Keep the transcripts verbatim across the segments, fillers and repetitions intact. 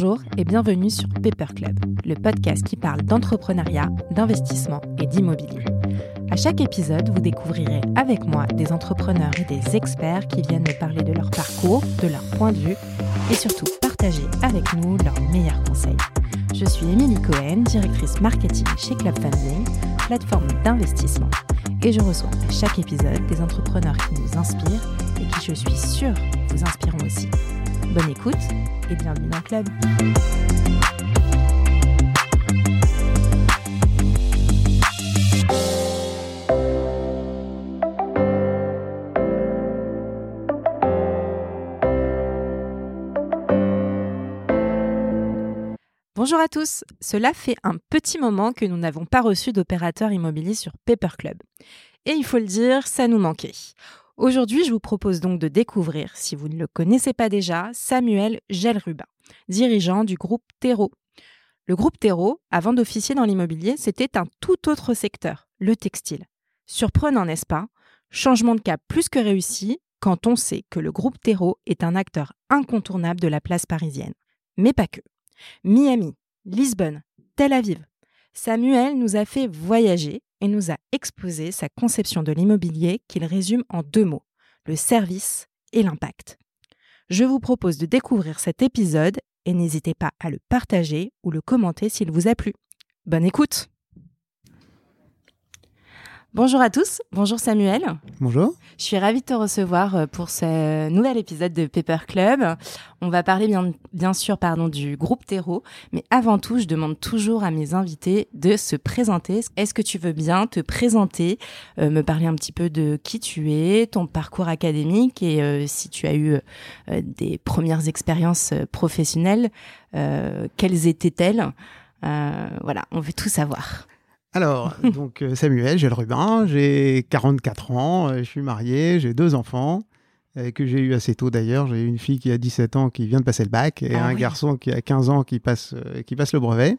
Bonjour et bienvenue sur Paper Club, le podcast qui parle d'entrepreneuriat, d'investissement et d'immobilier. À chaque épisode, vous découvrirez avec moi des entrepreneurs et des experts qui viennent nous parler de leur parcours, de leur point de vue et surtout partager avec nous leurs meilleurs conseils. Je suis Émilie Cohen, directrice marketing chez Club Funding, plateforme d'investissement. Et je reçois à chaque épisode des entrepreneurs qui nous inspirent et qui, je suis sûre, vous inspireront aussi. Bonne écoute et bienvenue dans le club. Bonjour à tous, cela fait un petit moment que nous n'avons pas reçu d'opérateur immobilier sur Paper Club. Et il faut le dire, ça nous manquait. Aujourd'hui, je vous propose donc de découvrir, si vous ne le connaissez pas déjà, Samuel Gelrubin, dirigeant du groupe Terreau. Le groupe Terreau, avant d'officier dans l'immobilier, c'était un tout autre secteur, le textile. Surprenant, n'est-ce pas ? Changement de cap plus que réussi quand on sait que le groupe Terreau est un acteur incontournable de la place parisienne. Mais pas que. Miami, Lisbonne, Tel Aviv. Samuel nous a fait voyager et nous a exposé sa conception de l'immobilier qu'il résume en deux mots, le service et l'impact. Je vous propose de découvrir cet épisode et n'hésitez pas à le partager ou le commenter s'il vous a plu. Bonne écoute! Bonjour à tous, bonjour Samuel. Bonjour. Je suis ravie de te recevoir pour ce nouvel épisode de Paper Club. On va parler bien, bien sûr pardon, du groupe Terreau, mais avant tout, je demande toujours à mes invités de se présenter. Est-ce que tu veux bien te présenter, euh, me parler un petit peu de qui tu es, ton parcours académique et euh, si tu as eu euh, des premières expériences professionnelles, euh, quelles étaient-elles ? euh, Voilà, on veut tout savoir. Alors, donc Samuel Gelrubin, j'ai quarante-quatre ans, je suis marié, j'ai deux enfants, euh, que j'ai eu assez tôt d'ailleurs. J'ai une fille qui a dix-sept ans qui vient de passer le bac et ah, un oui. garçon qui a quinze ans qui passe, euh, qui passe le brevet.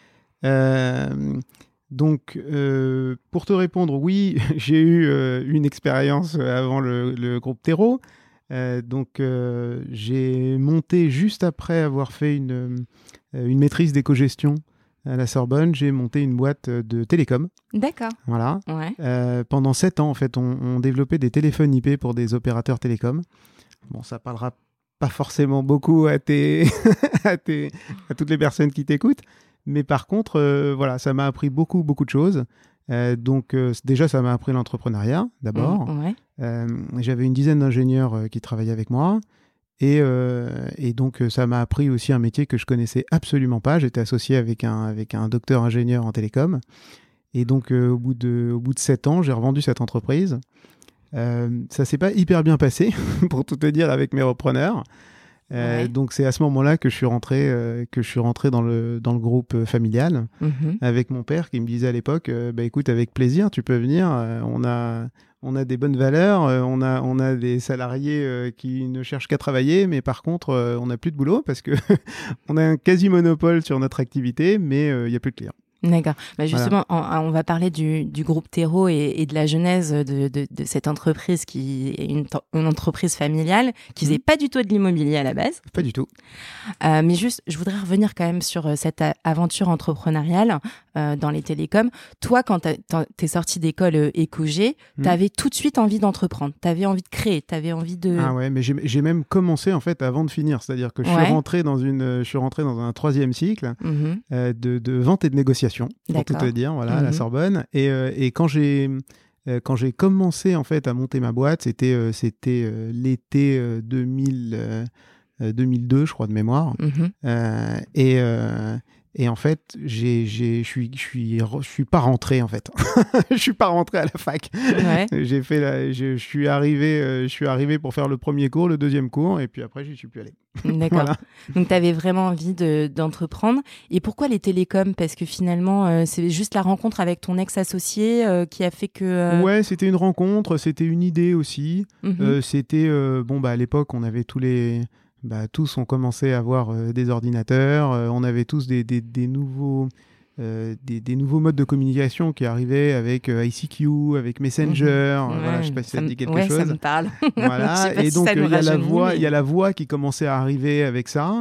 Euh, donc, euh, pour te répondre, oui, j'ai eu euh, une expérience avant le, le groupe Terreau. Euh, donc, euh, j'ai monté juste après avoir fait une, une maîtrise d'éco-gestion à la Sorbonne, j'ai monté une boîte de télécom. D'accord. Voilà. Ouais. Euh, pendant sept ans, en fait, on, on développait des téléphones I P pour des opérateurs télécoms. Bon, ça parlera pas forcément beaucoup à, tes à, tes, à toutes les personnes qui t'écoutent, mais par contre, euh, voilà, ça m'a appris beaucoup, beaucoup de choses. Euh, donc, euh, déjà, ça m'a appris l'entrepreneuriat, d'abord. Mmh, ouais. euh, j'avais une dizaine d'ingénieurs euh, qui travaillaient avec moi. Et, euh, et donc, ça m'a appris aussi un métier que je connaissais absolument pas. J'étais associé avec un, avec un docteur ingénieur en télécom. Et donc, euh, au bout de, au bout de sept ans, j'ai revendu cette entreprise. Euh, ça s'est pas hyper bien passé, pour tout te dire, avec mes repreneurs. Euh, ouais. Donc, c'est à ce moment-là que je suis rentré, euh, que je suis rentré dans le, dans le groupe familial, mm-hmm. avec mon père qui me disait à l'époque, euh, bah, écoute, avec plaisir, tu peux venir. Euh, on a... On a des bonnes valeurs, euh, on, a, on a des salariés euh, qui ne cherchent qu'à travailler, mais par contre, euh, on n'a plus de boulot parce qu'on a un quasi-monopole sur notre activité, mais il euh, n'y a plus de clients. D'accord. Bah justement, voilà. on, on va parler du, du groupe Terreau et, et de la genèse de, de, de cette entreprise qui est une, une entreprise familiale qui faisait mmh. pas du tout de l'immobilier à la base. Pas du tout. Euh, mais juste, je voudrais revenir quand même sur cette aventure entrepreneuriale euh, dans les télécoms. Toi, quand t'es sorti d'école euh, Éco-G, mmh. t'avais tout de suite envie d'entreprendre. T'avais envie de créer. T'avais envie de. Ah ouais, mais j'ai, j'ai même commencé en fait avant de finir. C'est-à-dire que je ouais. suis rentré dans une, je suis rentré dans un troisième cycle mmh. euh, de, de vente et de négociation. Pour D'accord. tout te dire, voilà, mmh. à la Sorbonne. Et, euh, et quand j'ai euh, quand j'ai commencé en fait à monter ma boîte, c'était euh, c'était euh, l'été euh, deux mille, euh, deux mille deux, je crois de mémoire. Mmh. Euh, et euh, et en fait, j'ai j'ai je suis je suis je suis pas rentré en fait. Je suis pas rentré à la fac. Ouais. J'ai fait la, je, je suis arrivé euh, je suis arrivé pour faire le premier cours, le deuxième cours, et puis après j'y suis plus allé. D'accord. Voilà. Donc, tu avais vraiment envie de, d'entreprendre. Et pourquoi les télécoms ? Parce que finalement, euh, c'est juste la rencontre avec ton ex-associé euh, qui a fait que... Euh... Ouais, c'était une rencontre, c'était une idée aussi. Mm-hmm. Euh, c'était... Euh, bon, bah, à l'époque, on avait tous les... Bah, tous ont commencé à avoir euh, des ordinateurs. Euh, on avait tous des, des, des nouveaux... Euh, des, des nouveaux modes de communication qui arrivaient avec euh, I C Q, avec Messenger. Mmh. Ouais, voilà, je ne sais pas si ça te dit quelque ouais, chose. Ça me parle. Voilà. Et si donc, il euh, y, a la voix, mais... y a la voix qui commençait à arriver avec ça.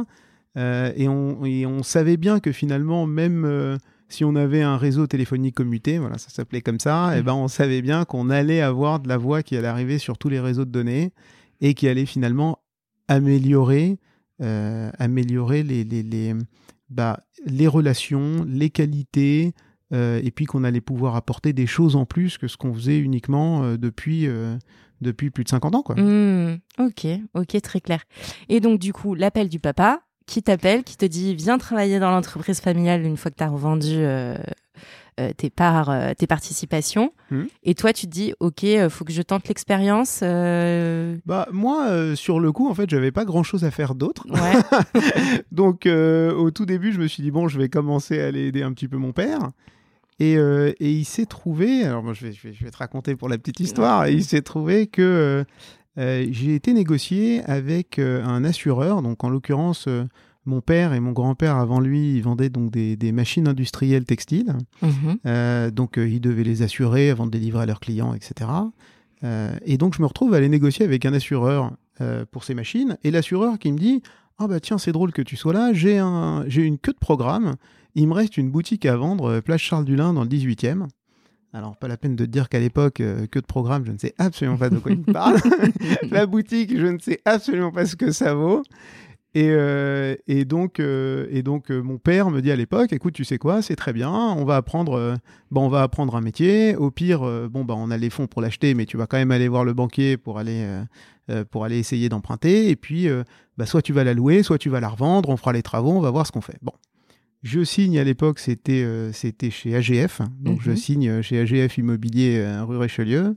Euh, et, on, et on savait bien que finalement, même euh, si on avait un réseau téléphonique commuté, voilà, ça s'appelait comme ça, mmh. et ben on savait bien qu'on allait avoir de la voix qui allait arriver sur tous les réseaux de données et qui allait finalement améliorer, euh, améliorer les, les, les, bah, les relations, les qualités, euh, et puis qu'on allait pouvoir apporter des choses en plus que ce qu'on faisait uniquement euh, depuis... Euh, depuis plus de cinquante ans, quoi. Mmh, ok, ok, très clair. Et donc, du coup, l'appel du papa qui t'appelle, qui te dit « Viens travailler dans l'entreprise familiale une fois que tu as revendu euh, euh, tes parts, euh, tes participations. Mmh. » Et toi, tu te dis « Ok, il faut que je tente l'expérience. Euh... » Bah, moi, euh, sur le coup, en fait, j'avais pas grand-chose à faire d'autre. Ouais. Donc, euh, au tout début, je me suis dit « Bon, je vais commencer à aller aider un petit peu mon père. » Et, euh, et il s'est trouvé, alors moi je vais, je, vais, je vais te raconter pour la petite histoire, et il s'est trouvé que euh, euh, j'ai été négocié avec euh, un assureur, donc en l'occurrence euh, mon père et mon grand-père avant lui, ils vendaient donc des, des machines industrielles textiles, mmh. euh, donc euh, ils devaient les assurer avant de les livrer à leurs clients, et cetera. Euh, et donc je me retrouve à aller négocier avec un assureur euh, pour ces machines, et l'assureur qui me dit « Ah bah tiens, c'est drôle que tu sois là, j'ai, un, j'ai une queue de programme. Il me reste une boutique à vendre, place Charles-Dulin, dans le dix-huitième. » Alors, pas la peine de te dire qu'à l'époque, euh, que de programme, je ne sais absolument pas de quoi il me parle. La boutique, je ne sais absolument pas ce que ça vaut. Et, euh, et donc, euh, et donc euh, mon père me dit à l'époque, écoute, tu sais quoi, c'est très bien, on va apprendre, euh, bah, on va apprendre un métier. Au pire, euh, bon, bah, on a les fonds pour l'acheter, mais tu vas quand même aller voir le banquier pour aller, euh, euh, pour aller essayer d'emprunter. Et puis, euh, bah, soit tu vas la louer, soit tu vas la revendre, on fera les travaux, on va voir ce qu'on fait. Bon. Je signe à l'époque, c'était, euh, c'était chez A G F, donc mmh. je signe chez A G F Immobilier euh, rue Richelieu.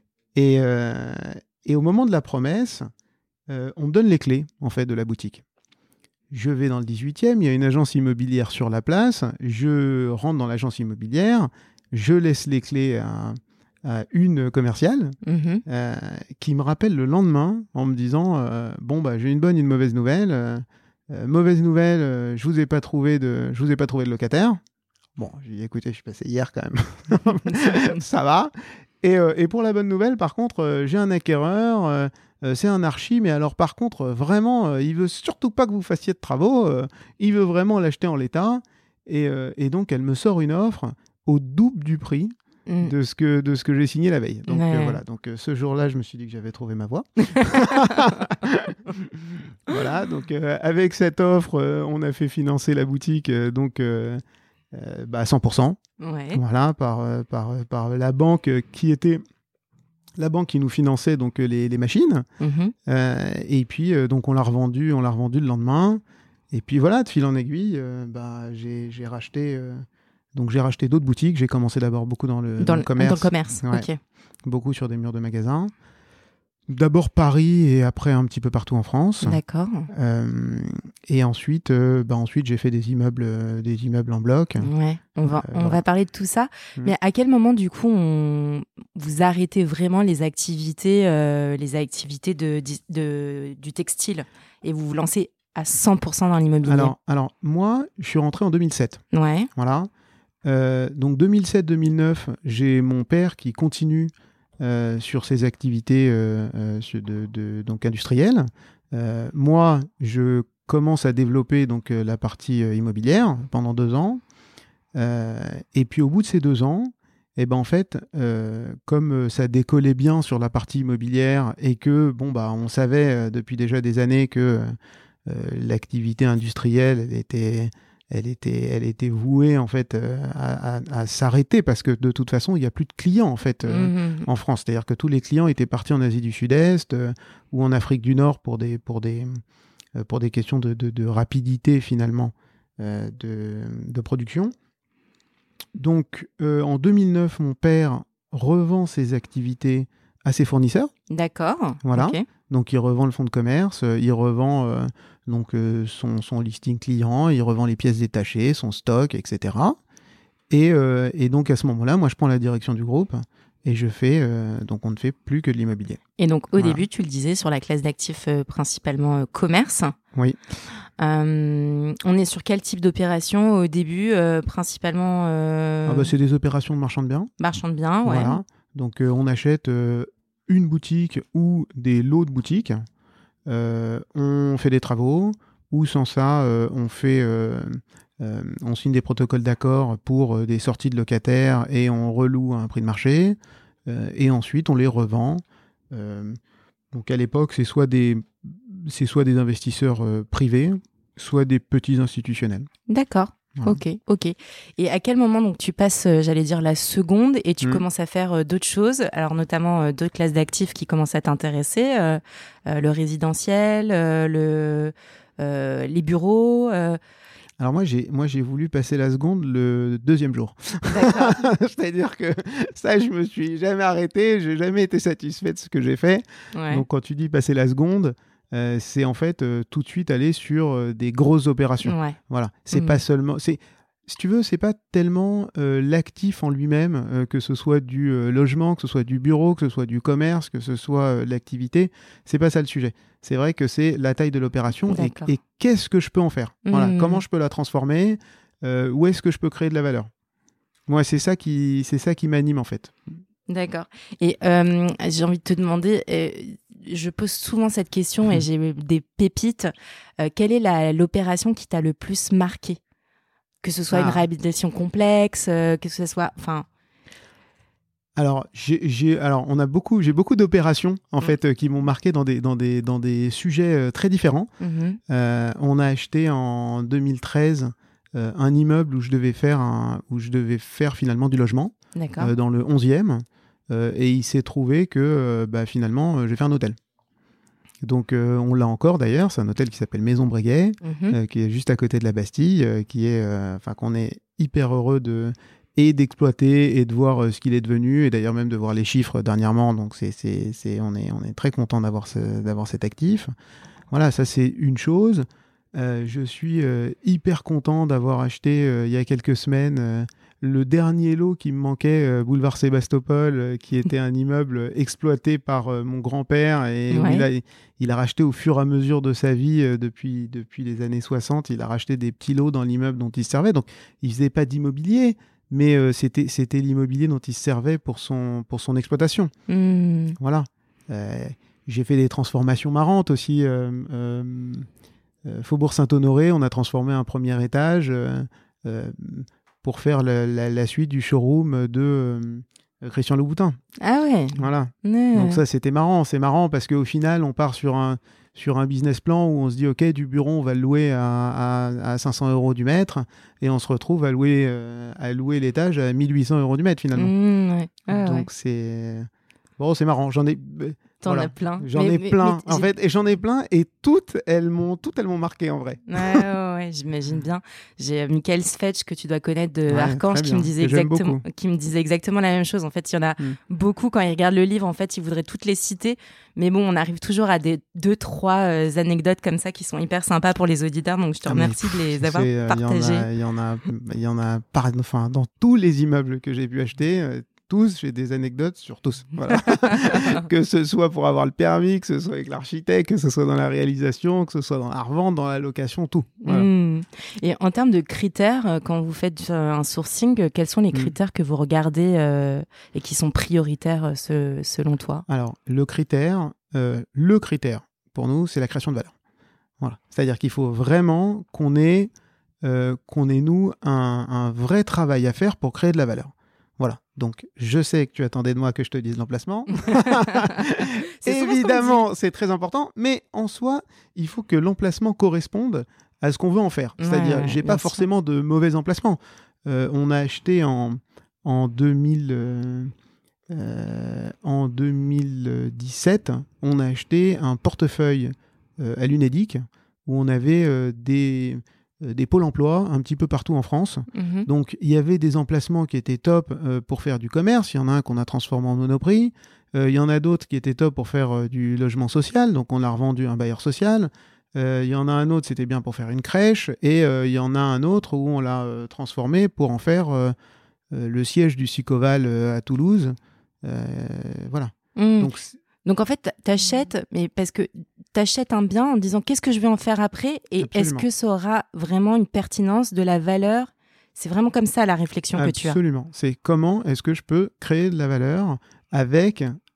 Et, euh, et au moment de la promesse, euh, on me donne les clés en fait, de la boutique. Je vais dans le dix-huitième, il y a une agence immobilière sur la place, je rentre dans l'agence immobilière, je laisse les clés à, à une commerciale mmh. euh, qui me rappelle le lendemain en me disant euh, « Bon, bah, j'ai une bonne et une mauvaise nouvelle. Euh, Euh, mauvaise nouvelle, euh, je vous ai pas trouvé de, je vous ai pas trouvé de locataire. » Bon, j'ai dit écoutez, je suis passé hier quand même, ça va. Et, euh, et pour la bonne nouvelle, par contre, euh, j'ai un acquéreur, euh, euh, c'est un archi, mais alors par contre, euh, vraiment, euh, il veut surtout pas que vous fassiez de travaux, euh, il veut vraiment l'acheter en l'état. Et, euh, et donc, elle me sort une offre au double du prix. Mmh. De ce que de ce que j'ai signé la veille. Donc ouais. euh, voilà. Donc euh, ce jour-là, je me suis dit que j'avais trouvé ma voie. Voilà. Donc euh, avec cette offre, euh, on a fait financer la boutique euh, donc euh, euh, bah, à cent pour cent. Ouais. Voilà, par euh, par par la banque qui était la banque qui nous finançait donc les, les machines. Mmh. Euh, et puis euh, donc on l'a revendu, on l'a revendu le lendemain. Et puis voilà, de fil en aiguille, euh, bah j'ai j'ai racheté. Euh, Donc j'ai racheté d'autres boutiques. J'ai commencé d'abord beaucoup dans le, dans dans le commerce. Dans le commerce, ouais. Ok. Beaucoup sur des murs de magasins. D'abord Paris et après un petit peu partout en France. D'accord. Euh, et ensuite, euh, bah ensuite j'ai fait des immeubles, euh, des immeubles en bloc. Ouais. On va, euh, on voilà. va parler de tout ça. Mmh. Mais à quel moment du coup on... vous arrêtez vraiment les activités, euh, les activités de, de, de, du textile et vous vous lancez à cent pour cent dans l'immobilier? Alors, alors moi, je suis rentré en deux mille sept. Ouais. Voilà. Euh, donc deux mille sept deux mille neuf, j'ai mon père qui continue euh, sur ses activités euh, euh, de, de, donc industrielles. Euh, moi, je commence à développer donc, euh, la partie euh, immobilière pendant deux ans. Euh, et puis au bout de ces deux ans, eh ben, en fait, euh, comme ça décollait bien sur la partie immobilière et que bon, bah, on savait euh, depuis déjà des années que euh, l'activité industrielle elle était... Elle était, elle était vouée en fait euh, à, à, à s'arrêter parce que de toute façon il n'y a plus de clients en fait euh, mmh. en France. C'est-à-dire que tous les clients étaient partis en Asie du Sud-Est euh, ou en Afrique du Nord pour des pour des euh, pour des questions de, de, de rapidité finalement euh, de, de production. Donc euh, en deux mille neuf, mon père revend ses activités à ses fournisseurs. D'accord. Voilà. Okay. Donc il revend le fonds de commerce, euh, il revend euh, donc euh, son, son listing client, il revend les pièces détachées, son stock, et cetera. Et, euh, et donc à ce moment-là, moi je prends la direction du groupe et je fais euh, donc on ne fait plus que de l'immobilier. Et donc au voilà. début, tu le disais, sur la classe d'actifs euh, principalement euh, commerce. Oui. Euh, on est sur quel type d'opération au début, euh, principalement euh... ah bah, c'est des opérations de marchand de biens. Marchand de biens, ouais. Voilà. Donc euh, on achète euh, une boutique ou des lots de boutiques. Euh, on fait des travaux, ou sans ça, euh, on fait, euh, euh, on signe des protocoles d'accord pour euh, des sorties de locataires et on reloue à un prix de marché. Euh, et ensuite, on les revend. Euh, donc à l'époque, c'est soit des, c'est soit des investisseurs euh, privés, soit des petits institutionnels. D'accord. Voilà. Ok, ok. Et à quel moment donc tu passes, euh, j'allais dire, la seconde et tu mmh. commences à faire euh, d'autres choses, alors notamment euh, d'autres classes d'actifs qui commencent à t'intéresser, euh, euh, le résidentiel, euh, le, euh, les bureaux euh... Alors moi j'ai, moi, j'ai voulu passer la seconde le deuxième jour. D'accord. C'est-à-dire que ça, je me suis jamais arrêté, j'ai jamais été satisfait de ce que j'ai fait. Ouais. Donc quand tu dis passer la seconde, Euh, c'est en fait euh, tout de suite aller sur euh, des grosses opérations. Ouais. Voilà, c'est mmh. pas seulement, c'est, si tu veux, c'est pas tellement euh, l'actif en lui-même, euh, que ce soit du euh, logement, que ce soit du bureau, que ce soit du commerce, que ce soit euh, l'activité. C'est pas ça le sujet. C'est vrai que c'est la taille de l'opération et, et qu'est-ce que je peux en faire. Mmh. Voilà, comment je peux la transformer, euh, où est-ce que je peux créer de la valeur. Moi, c'est ça qui, c'est ça qui m'anime en fait. D'accord. Et euh, j'ai envie de te demander. Euh, Je pose souvent cette question et j'ai des pépites. Euh, quelle est la, l'opération qui t'a le plus marqué ? Que ce soit ah. une réhabilitation complexe, euh, que ce soit... Enfin... Alors, j'ai, j'ai, alors, on a beaucoup, j'ai beaucoup d'opérations en mmh. fait euh, qui m'ont marqué dans des, dans des, dans des sujets euh, très différents. Mmh. Euh, on a acheté en deux mille treize euh, un immeuble où je devais faire, un, où je devais faire finalement du logement euh, dans le onzième. Euh, et il s'est trouvé que euh, bah, finalement, euh, j'ai fait un hôtel. Donc, euh, on l'a encore d'ailleurs. C'est un hôtel qui s'appelle Maison Breguet, mmh. euh, qui est juste à côté de la Bastille, euh, qui est, enfin, euh, qu'on est hyper heureux de et d'exploiter et de voir euh, ce qu'il est devenu, et d'ailleurs même de voir les chiffres dernièrement. Donc, c'est, c'est, c'est, on est, on est très content d'avoir ce, d'avoir cet actif. Voilà, ça c'est une chose. Euh, je suis euh, hyper content d'avoir acheté euh, il y a quelques semaines. Euh, Le dernier lot qui me manquait, euh, boulevard Sébastopol, euh, qui était un immeuble exploité par euh, mon grand-père et ouais. où il a, il a racheté au fur et à mesure de sa vie euh, depuis, depuis les années soixante. Il a racheté des petits lots dans l'immeuble dont il se servait. Donc, il ne faisait pas d'immobilier, mais euh, c'était, c'était l'immobilier dont il se servait pour son, pour son exploitation. Mmh. Voilà. Euh, j'ai fait des transformations marrantes aussi. Euh, euh, euh, Faubourg Saint-Honoré, on a transformé un premier étage... Euh, euh, pour faire la, la, la suite du showroom de euh, Christian Louboutin. Ah ouais. Voilà. Ouais. Donc ça, c'était marrant. C'est marrant parce qu'au final, on part sur un, sur un business plan où on se dit, OK, du bureau, on va le louer à, à, à cinq cents euros du mètre, et on se retrouve à louer, euh, à louer l'étage à mille huit cents euros du mètre, finalement. Mmh, ouais. Ah, Donc ouais. c'est... Bon, c'est marrant. J'en ai... T'en voilà. as plein. J'en mais, ai mais, plein, mais, en fait, et j'en ai plein, et toutes elles m'ont, toutes elles m'ont marqué en vrai. Ouais, ouais, ouais, j'imagine bien. J'ai euh, Michael Svetch que tu dois connaître de ouais, Archange qui me disait exactement, qui me disait exactement la même chose. En fait, il y en a mm. beaucoup quand ils regardent le livre. En fait, ils voudraient toutes les citer, mais bon, on arrive toujours à des deux, trois euh, anecdotes comme ça qui sont hyper sympas pour les auditeurs. Donc, je te ah, remercie de les avoir euh, partagées. Il y en a, il y en a, par, enfin, dans tous les immeubles que j'ai pu acheter. Euh, tous, j'ai des anecdotes sur tous. Voilà. Que ce soit pour avoir le permis, que ce soit avec l'architecte, que ce soit dans la réalisation, que ce soit dans la revente, dans la location, tout. Voilà. Mmh. Et en termes de critères, quand vous faites un sourcing, quels sont les critères mmh. que vous regardez euh, et qui sont prioritaires ce, selon toi ? Alors, le critère, euh, le critère, pour nous, c'est la création de valeur. Voilà. C'est-à-dire qu'il faut vraiment qu'on ait, euh, qu'on ait nous, un, un vrai travail à faire pour créer de la valeur. Voilà, donc je sais que tu attendais de moi que je te dise l'emplacement. C'est évidemment, c'est très important, mais en soi, il faut que l'emplacement corresponde à ce qu'on veut en faire. C'est-à-dire, ouais, j'ai pas forcément sûr. de mauvais emplacements. Euh, on a acheté en, en, deux mille, euh, euh, en deux mille dix-sept, on a acheté un portefeuille euh, à l'Unédic où on avait euh, des... des pôles emploi un petit peu partout en France. Mmh. Donc, il y avait des emplacements qui étaient top euh, pour faire du commerce. Il y en a un qu'on a transformé en Monoprix. Euh, il y en a d'autres qui étaient top pour faire euh, du logement social. Donc, on a revendu un bailleur social. Euh, il y en a un autre, c'était bien pour faire une crèche. Et euh, il y en a un autre où on l'a euh, transformé pour en faire euh, euh, le siège du Sicoval euh, à Toulouse. Euh, voilà. Mmh. Donc, Donc, en fait, t'achètes, mais parce que t'achètes un bien en disant qu'est-ce que je vais en faire après et Absolument. Est-ce que ça aura vraiment une pertinence, de la valeur ? C'est vraiment comme ça la réflexion Absolument. que tu as. Absolument. C'est comment est-ce que je peux créer de la valeur avec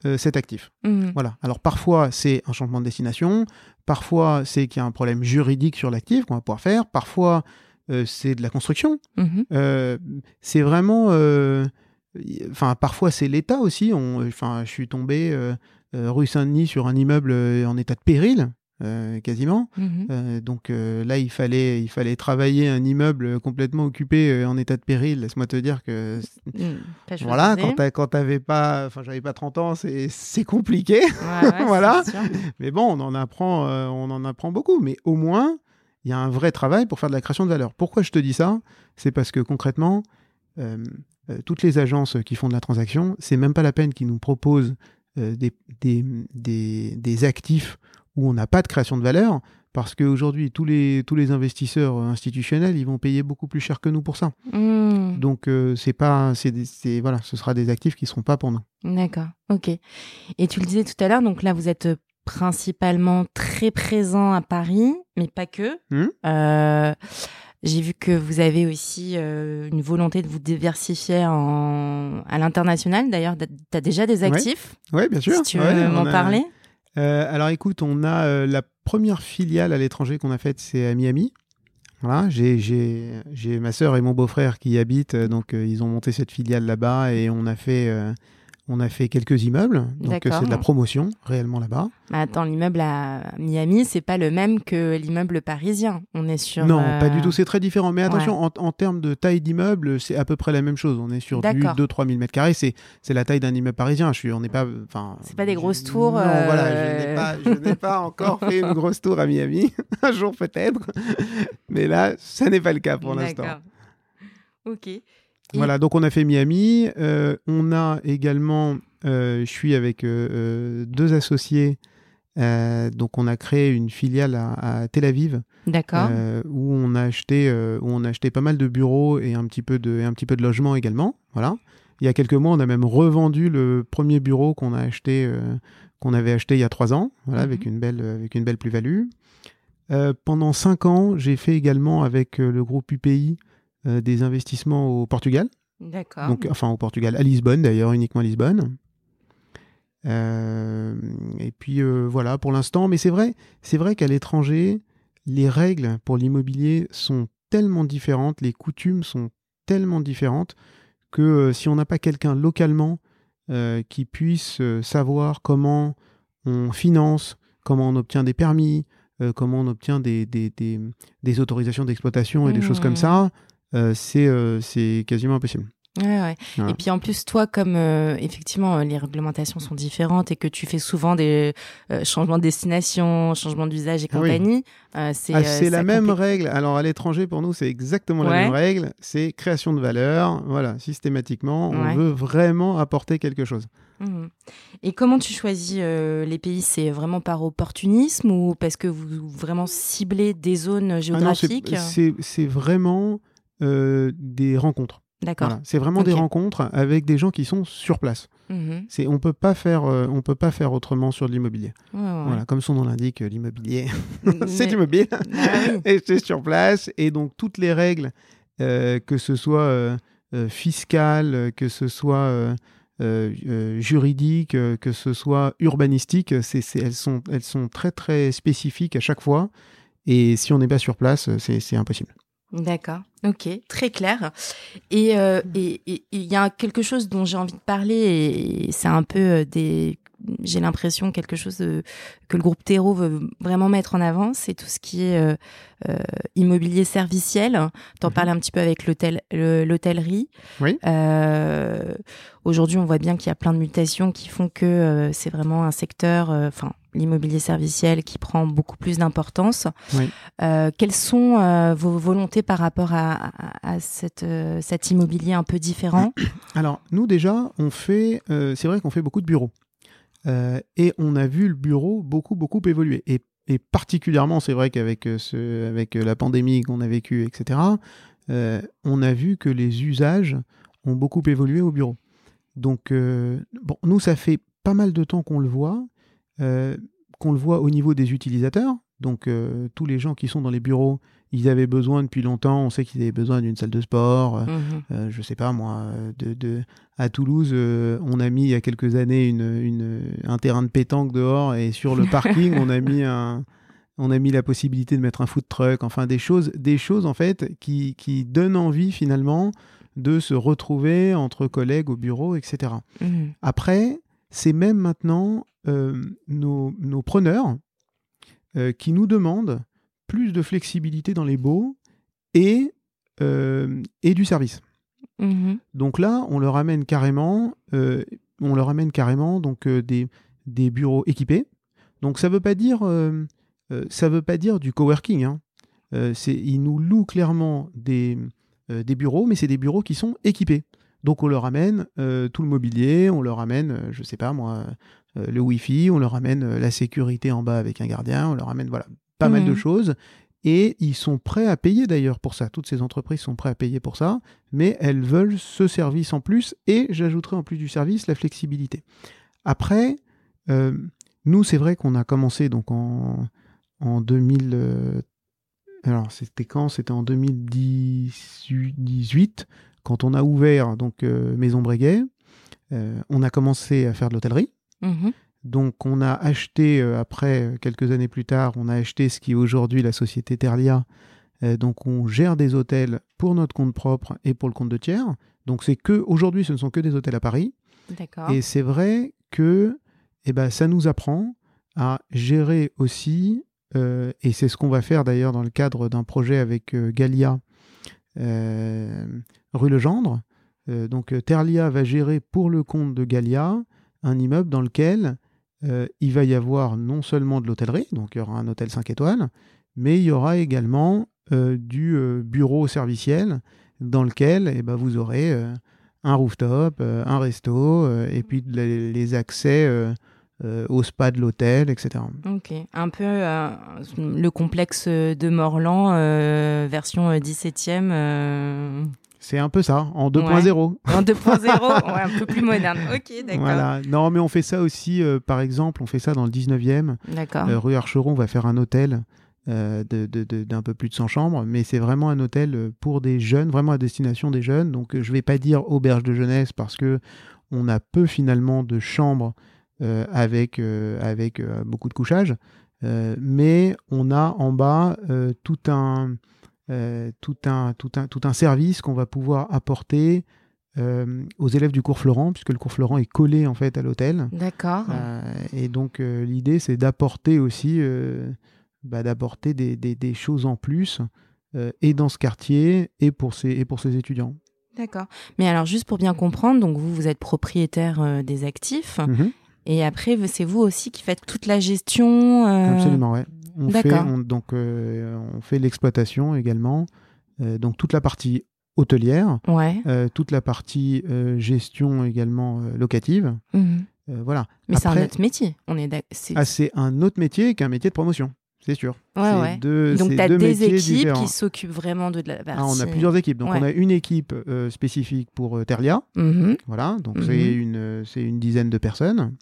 euh, cet actif. Mmh. Voilà. Alors parfois, c'est un changement de destination, parfois, c'est qu'il y a un problème juridique sur l'actif qu'on va pouvoir faire, parfois, euh, c'est de la construction. Mmh. Euh, c'est vraiment... euh, Enfin, parfois, c'est l'État aussi. On, enfin, je suis tombé euh, euh, rue Saint-Denis sur un immeuble euh, en état de péril. Euh, quasiment. Mmh. Euh, donc euh, là, il fallait, il fallait travailler un immeuble complètement occupé euh, en état de péril. Laisse-moi te dire que Mmh. Pas chose voilà, osée. quand, t'as- quand t'avais pas, enfin j'avais pas trente ans, c'est, c'est compliqué. Ouais, ouais, Voilà. c'est sûr. Mais bon, on en apprend, euh, on en apprend beaucoup. Mais au moins, il y a un vrai travail pour faire de la création de valeur. Pourquoi je te dis ça? C'est parce que concrètement, euh, euh, toutes les agences qui font de la transaction, c'est même pas la peine qu'ils nous proposent euh, des, des, des, des actifs où on n'a pas de création de valeur, parce qu'aujourd'hui, tous les, tous les investisseurs institutionnels, ils vont payer beaucoup plus cher que nous pour ça. Mmh. Donc, euh, c'est pas, c'est, des- c'est, voilà, ce sera des actifs qui ne seront pas pour nous. D'accord, ok. Et tu le disais tout à l'heure, donc là, vous êtes principalement très présent à Paris, mais pas que. Hmm Euh, j'ai vu que vous avez aussi euh, une volonté de vous diversifier en... à l'international. D'ailleurs, tu as déjà des actifs, Oui, bien sûr. si tu veux Ouais, m'en on a- parler. Euh, alors écoute, on a euh, la première filiale à l'étranger qu'on a faite, c'est à Miami. Voilà, j'ai, j'ai, j'ai ma sœur et mon beau-frère qui y habitent, euh, donc euh, ils ont monté cette filiale là-bas et on a fait, euh, on a fait quelques immeubles. Donc euh, D'accord. c'est de la promotion réellement là-bas. Mais attends, l'immeuble à Miami, c'est pas le même que l'immeuble parisien. On est sur... Non, euh, pas du tout, c'est très différent. Mais attention, Ouais. en, en termes de taille d'immeuble, c'est à peu près la même chose. On est sur du D'accord. deux à trois mille mètres carrés. C'est, c'est la taille d'un immeuble parisien. Je suis, on n'est pas, enfin. C'est pas des je- grosses tours, Non, euh, voilà, je n'ai pas, je n'ai pas encore fait une grosse tour à Miami. Un jour peut-être. Mais là, ça n'est pas le cas pour l'instant. D'accord. Ok. Et- Voilà, donc on a fait Miami. Euh, on a également, euh, je suis avec euh, euh, deux associés. Euh, donc on a créé une filiale à, à Tel Aviv. D'accord. Euh, où on a acheté euh, où on a acheté pas mal de bureaux et un petit peu de et un petit peu de logements également. Voilà. Il y a quelques mois, on a même revendu le premier bureau qu'on a acheté euh, qu'on avait acheté il y a trois ans, voilà, Mhm. avec une belle avec une belle plus-value. Euh, pendant cinq ans, j'ai fait également avec euh, le groupe U P I euh, des investissements au Portugal. D'accord. Donc, enfin au Portugal, à Lisbonne d'ailleurs, uniquement à Lisbonne. Euh, et puis euh, voilà pour l'instant. Mais c'est vrai, c'est vrai qu'à l'étranger, les règles pour l'immobilier sont tellement différentes, les coutumes sont tellement différentes que euh, si on n'a pas quelqu'un localement euh, qui puisse euh, savoir comment on finance, comment on obtient des permis, euh, comment on obtient des, des, des, des autorisations d'exploitation et des choses comme Mmh. ça, euh, c'est euh, c'est quasiment impossible. Ouais, ouais. Voilà. Et puis en plus, toi, comme euh, effectivement euh, les réglementations sont différentes et que tu fais souvent des euh, changements de destination, changements d'usage et Ah oui. compagnie, euh, c'est Ah, euh, c'est la ça même complé- règle. Alors à l'étranger, pour nous, c'est exactement la Ouais. même règle. C'est création de valeur. Voilà, systématiquement, on Ouais. veut vraiment apporter quelque chose. Mhm. Et comment tu choisis euh, les pays? C'est vraiment par opportunisme ou parce que vous vraiment ciblez des zones Ah non, géographiques? c'est, c'est, c'est vraiment euh, des rencontres. D'accord. Voilà, c'est vraiment Ok. des rencontres avec des gens qui sont sur place. Mhm. C'est, on peut pas faire, euh, on peut pas faire autrement sur de l'immobilier. Ouais, ouais, Voilà, comme son nom l'indique, l'immobilier, ouais. c'est Mais- immobile. Ah oui. Et c'est sur place. Et donc, toutes les règles, euh, que ce soit euh, euh, fiscales, que ce soit euh, euh, euh, juridiques, euh, que ce soit urbanistiques, c'est, c'est, elles, sont, elles sont très, très spécifiques à chaque fois. Et si on n'est pas sur place, c'est, c'est impossible. D'accord, ok, très clair. Et euh, et et- il y a quelque chose dont j'ai envie de parler et, et c'est un peu euh, des, j'ai l'impression quelque chose euh, que le groupe Terreau veut vraiment mettre en avant, c'est tout ce qui est euh, euh, immobilier serviciel. T'en Mhm. parlais un petit peu avec l'hôtel, le- l'hôtellerie. Oui. Euh, aujourd'hui, on voit bien qu'il y a plein de mutations qui font que euh, c'est vraiment un secteur, enfin l'immobilier serviciel qui prend beaucoup plus d'importance. Oui. Euh, quelles sont euh, vos volontés par rapport à, à, à cette, euh, cet immobilier un peu différent? Alors, nous, déjà, on fait, euh, c'est vrai qu'on fait beaucoup de bureaux. Euh, et on a vu le bureau beaucoup, beaucoup évoluer. Et, et particulièrement, c'est vrai qu'avec euh, ce, avec la pandémie qu'on a vécue, et cetera, euh, on a vu que les usages ont beaucoup évolué au bureau. Donc, euh, bon, nous, ça fait pas mal de temps qu'on le voit, euh, qu'on le voit au niveau des utilisateurs. Donc, euh, tous les gens qui sont dans les bureaux, ils avaient besoin depuis longtemps. On sait qu'ils avaient besoin d'une salle de sport. Euh, Mhm. euh, je sais pas, moi, de, de... à Toulouse, euh, on a mis il y a quelques années une, une, un terrain de pétanque dehors et sur le parking, on a mis un... On a mis la possibilité de mettre un food truck, enfin des choses, des choses en fait qui, qui donnent envie finalement de se retrouver entre collègues au bureau, et cetera. Mhm. Après, c'est même maintenant euh, nos, nos preneurs euh, qui nous demandent plus de flexibilité dans les baux et, euh, et du service. Mhm. Donc là, on leur amène carrément, euh, on leur amène carrément donc euh, des, des bureaux équipés. Donc ça veut pas dire euh, Euh, ça ne veut pas dire du coworking. Hein. Euh, c'est, ils nous louent clairement des, euh, des bureaux, mais c'est des bureaux qui sont équipés. Donc on leur amène euh, tout le mobilier, on leur amène, euh, je sais pas moi, euh, le Wi-Fi, on leur amène euh, la sécurité en bas avec un gardien, on leur amène voilà, pas Mhm. mal de choses. Et ils sont prêts à payer d'ailleurs pour ça. Toutes ces entreprises sont prêtes à payer pour ça, mais elles veulent ce service en plus. Et j'ajouterai en plus du service la flexibilité. Après, euh, nous c'est vrai qu'on a commencé donc en En deux mille, euh, alors c'était quand? C'était en deux mille dix-huit, quand on a ouvert donc euh, Maison Breguet. Euh, on a commencé à faire de l'hôtellerie. Mhm. Donc on a acheté, euh, après, quelques années plus tard, on a acheté ce qui est aujourd'hui la société Terlia. Euh, donc on gère des hôtels pour notre compte propre et pour le compte de tiers. Donc c'est que, aujourd'hui, ce ne sont que des hôtels à Paris. D'accord. Et c'est vrai que eh ben, ça nous apprend à gérer aussi. Euh, et c'est ce qu'on va faire d'ailleurs dans le cadre d'un projet avec euh, Gallia, euh, rue Legendre. Euh, donc euh, Terlia va gérer pour le compte de Gallia un immeuble dans lequel euh, il va y avoir non seulement de l'hôtellerie, donc il y aura un hôtel cinq étoiles, mais il y aura également euh, du euh, bureau serviciel dans lequel eh ben, vous aurez euh, un rooftop, euh, un resto, euh, et puis les, les accès euh, euh, au spa de l'hôtel, et cetera. Ok, un peu euh, le complexe de Morlan, euh, version dix-septième. Euh... C'est un peu ça, en deux point zéro. Ouais. En deux point zéro, ouais, un peu plus moderne. Ok, d'accord. Voilà. Non, mais on fait ça aussi, euh, par exemple, on fait ça dans le dix-neuvième. D'accord. Euh, rue Archeron, on va faire un hôtel euh, de, de, de, d'un peu plus de cent chambres, mais c'est vraiment un hôtel pour des jeunes, vraiment à destination des jeunes. Donc, je ne vais pas dire auberge de jeunesse parce que on a peu finalement de chambres euh, avec, euh, avec euh, beaucoup de couchage. Euh, mais on a en bas euh, tout un... Euh, tout, un, tout, un, tout un service qu'on va pouvoir apporter euh, aux élèves du cours Florent, puisque le cours Florent est collé en fait à l'hôtel. D'accord. Euh, et donc euh, l'idée c'est d'apporter aussi euh, bah, d'apporter des, des, des choses en plus euh, et dans ce quartier et pour ces, et pour ces étudiants. D'accord. Mais alors juste pour bien comprendre, donc vous, vous êtes propriétaire euh, des actifs Mm-hmm. et après c'est vous aussi qui faites toute la gestion. Euh... Absolument, ouais. On fait, D'accord. on, donc, euh, on fait l'exploitation également, euh, donc toute la partie hôtelière, Ouais. euh, toute la partie euh, gestion également euh, locative. Mhm. Euh, voilà. Mais Après, c'est un autre métier. On est d'ac- c'est... ah, c'est un autre métier qu'un métier de promotion, c'est sûr. Ouais, c'est ouais. deux, Donc c'est tu as deux des métiers équipes différents. qui s'occupent vraiment de la partie. Ah, on a plusieurs équipes. Donc Ouais. on a une équipe euh, spécifique pour euh, Terlia. Mhm. Voilà. Donc Mhm. c'est une, euh, c'est une dizaine de personnes.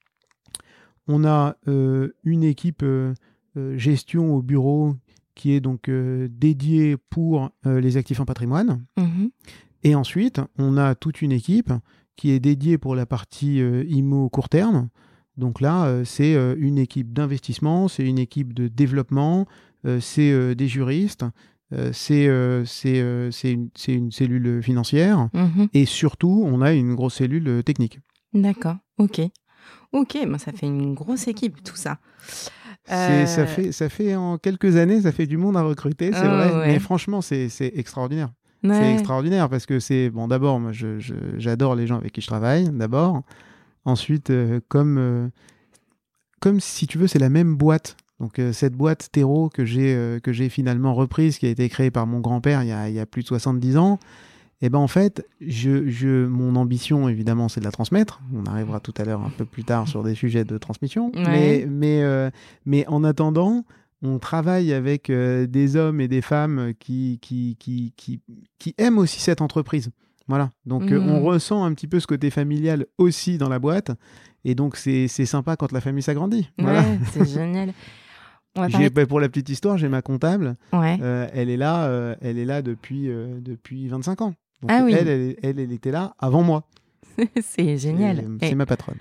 On a euh, une équipe euh, euh, gestion au bureau qui est donc euh, dédiée pour euh, les actifs en patrimoine. Mhm. Et ensuite, on a toute une équipe qui est dédiée pour la partie euh, immo court terme. Donc là, euh, c'est euh, une équipe d'investissement, c'est une équipe de développement, euh, c'est euh, des juristes, euh, c'est euh, c'est euh, c'est une, c'est une cellule financière. Mhm. Et surtout, on a une grosse cellule euh, technique. D'accord. Ok. Ok, ben ça fait une grosse équipe tout ça. C'est, Euh, ça, fait, ça fait en quelques années, ça fait du monde à recruter, c'est Oh, vrai. ouais. Mais franchement, c'est, c'est extraordinaire. C'est Ouais. extraordinaire parce que c'est... Bon, d'abord, moi, je, je- j'adore les gens avec qui je travaille, d'abord. Ensuite, euh, comme, euh, comme si tu veux, c'est la même boîte. Donc, euh, cette boîte Terreau que j'ai, euh, que j'ai finalement reprise, qui a été créée par mon grand-père il y a, il y a plus de soixante-dix ans, et ben en fait, je, je, mon ambition, évidemment, c'est de la transmettre. On arrivera tout à l'heure un peu plus tard sur des sujets de transmission. Ouais. Mais, mais, euh, mais en attendant, on travaille avec euh, des hommes et des femmes qui, qui, qui, qui, qui aiment aussi cette entreprise. Voilà. Donc, euh, Mhm. on ressent un petit peu ce côté familial aussi dans la boîte. Et donc, c'est, c'est sympa quand la famille s'agrandit. Voilà. Ouais, c'est génial. On va J'ai, parler... bah, pour la petite histoire, j'ai ma comptable. Ouais. Euh, elle est là, euh, elle est là depuis, euh, depuis vingt-cinq ans. Donc, Ah oui. elle, elle, elle, elle était là avant moi. C'est génial. C'est, c'est Et... ma patronne.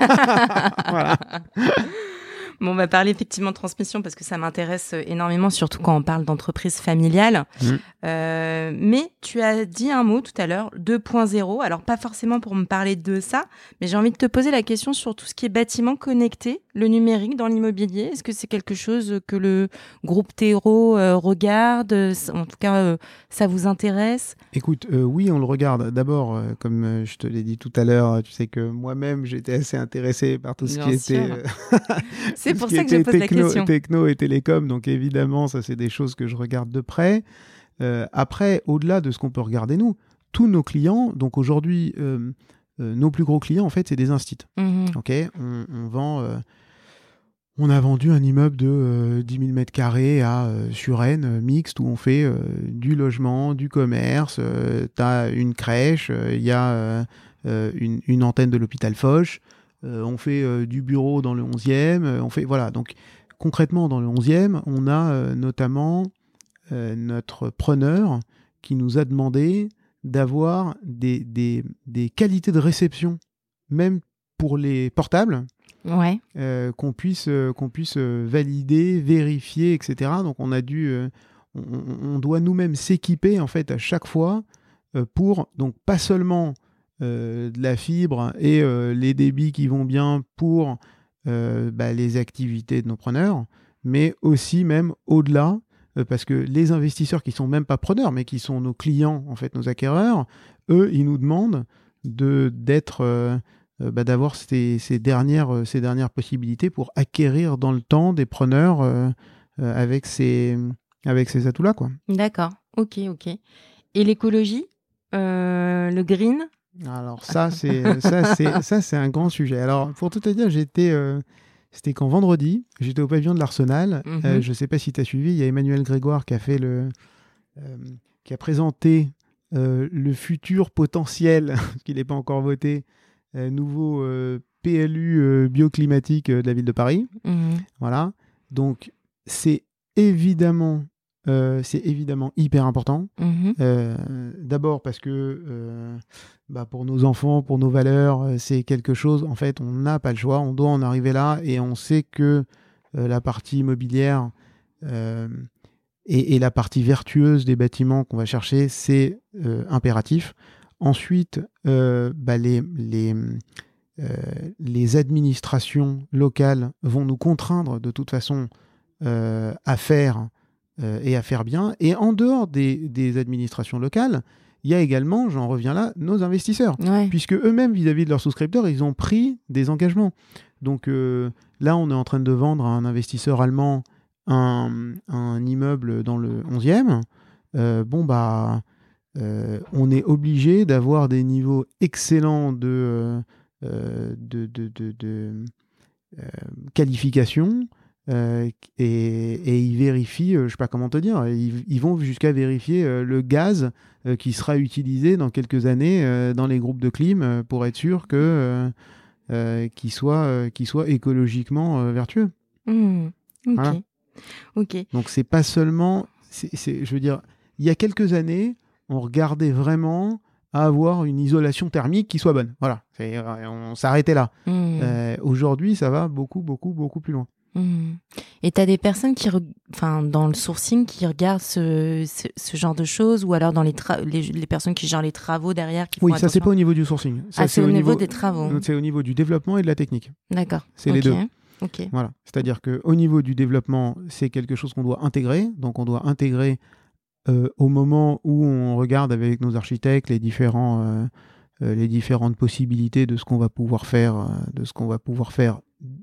Voilà. Bon, on va parler effectivement de transmission parce que ça m'intéresse énormément, surtout quand on parle d'entreprise familiale. Mmh. Euh, mais tu as dit un mot tout à l'heure, deux point zéro. Alors, pas forcément pour me parler de ça, mais j'ai envie de te poser la question sur tout ce qui est bâtiment connecté, le numérique dans l'immobilier. Est-ce que c'est quelque chose que le groupe Thérault euh, regarde ? En tout cas, euh, ça vous intéresse ? Écoute, euh, oui, on le regarde. D'abord, euh, comme euh, je te l'ai dit tout à l'heure, tu sais que moi-même, j'étais assez intéressé par tout ce Bien qui sûr. était... Euh, c'est pour ça que je pose techno, la question. Techno et télécom, donc évidemment, ça, c'est des choses que je regarde de près. Euh, après, au-delà de ce qu'on peut regarder, nous, tous nos clients, donc aujourd'hui, euh, euh, nos plus gros clients, en fait, c'est des instituts. Mmh. Ok, on, on vend... Euh, On a vendu un immeuble de euh, dix mille mètres carrés à euh, Suresnes, euh, mixte, où on fait euh, du logement, du commerce, euh, tu as une crèche, il euh, y a euh, euh, une, une antenne de l'hôpital Foch, euh, on fait euh, du bureau dans le onzième, euh, on fait, voilà. Donc concrètement, dans le onzième, on a euh, notamment euh, notre preneur qui nous a demandé d'avoir des, des, des qualités de réception, même pour les portables. Ouais. Euh, qu'on puisse, euh, qu'on puisse euh, valider, vérifier, et cetera. Donc on a dû, euh, on, on doit nous-mêmes s'équiper en fait à chaque fois euh, pour donc pas seulement euh, de la fibre et euh, les débits qui vont bien pour euh, bah, les activités de nos preneurs, mais aussi même au-delà, euh, parce que les investisseurs qui sont même pas preneurs, mais qui sont nos clients en fait, nos acquéreurs, eux, ils nous demandent de d'être euh, Euh, bah, d'avoir ces, ces, dernières, euh, ces dernières possibilités pour acquérir dans le temps des preneurs euh, euh, avec ces, avec ces atouts-là, quoi. D'accord, ok, ok. Et l'écologie, euh, le green ? Alors ça, c'est, ça, c'est, ça, c'est un grand sujet. Alors, pour tout te dire, j'étais, euh, c'était quand vendredi, j'étais au pavillon de l'Arsenal. Mm-hmm. Euh, je ne sais pas si tu as suivi, il y a Emmanuel Grégoire qui a, fait le, euh, qui a présenté euh, le futur potentiel, parce qu'il n'est pas encore voté, Euh, nouveau euh, P L U euh, bioclimatique euh, de la ville de Paris. Mmh. Voilà. Donc, c'est évidemment, euh, c'est évidemment hyper important. Mmh. Euh, d'abord parce que euh, bah, pour nos enfants, pour nos valeurs, euh, c'est quelque chose, en fait, on n'a pas le choix. On doit en arriver là et on sait que euh, la partie immobilière euh, et, et la partie vertueuse des bâtiments qu'on va chercher, c'est euh, impératif. Ensuite, euh, bah les, les, euh, les administrations locales vont nous contraindre de toute façon euh, à faire euh, et à faire bien. Et en dehors des, des administrations locales, il y a également, j'en reviens là, nos investisseurs. Ouais. Puisque eux-mêmes, vis-à-vis de leurs souscripteurs, ils ont pris des engagements. Donc euh, là, on est en train de vendre à un investisseur allemand un, un immeuble dans le onzième. Euh, bon, bah... Euh, on est obligé d'avoir des niveaux excellents de, euh, de, de, de, de euh, qualification euh, et, et ils vérifient, euh, je ne sais pas comment te dire, ils, ils vont jusqu'à vérifier euh, le gaz euh, qui sera utilisé dans quelques années euh, dans les groupes de clim euh, pour être sûr que, euh, euh, qu'il soit, euh, qu'il soit écologiquement euh, vertueux. Mmh, ok. Voilà. Ok. Donc c'est pas seulement, c'est, c'est, je veux dire, il y a quelques années, on regardait vraiment à avoir une isolation thermique qui soit bonne. Voilà, c'est, on s'arrêtait là. Mmh. Euh, aujourd'hui, ça va beaucoup, beaucoup, beaucoup plus loin. Mmh. Et tu as des personnes qui, re... enfin, dans le sourcing qui regardent ce, ce, ce genre de choses, ou alors dans les, tra... les, les personnes qui gèrent les travaux derrière qui Oui, font ça, attention. C'est pas au niveau du sourcing. Ça, ah, c'est, c'est au niveau, niveau des travaux. C'est au niveau du développement et de la technique. D'accord. C'est okay. les deux. Okay. Voilà. C'est-à-dire qu'au niveau du développement, c'est quelque chose qu'on doit intégrer. Donc, on doit intégrer euh, au moment où on regarde avec nos architectes les, différents, euh, euh, les différentes possibilités de ce qu'on va pouvoir faire, euh, de ce qu'on va pouvoir faire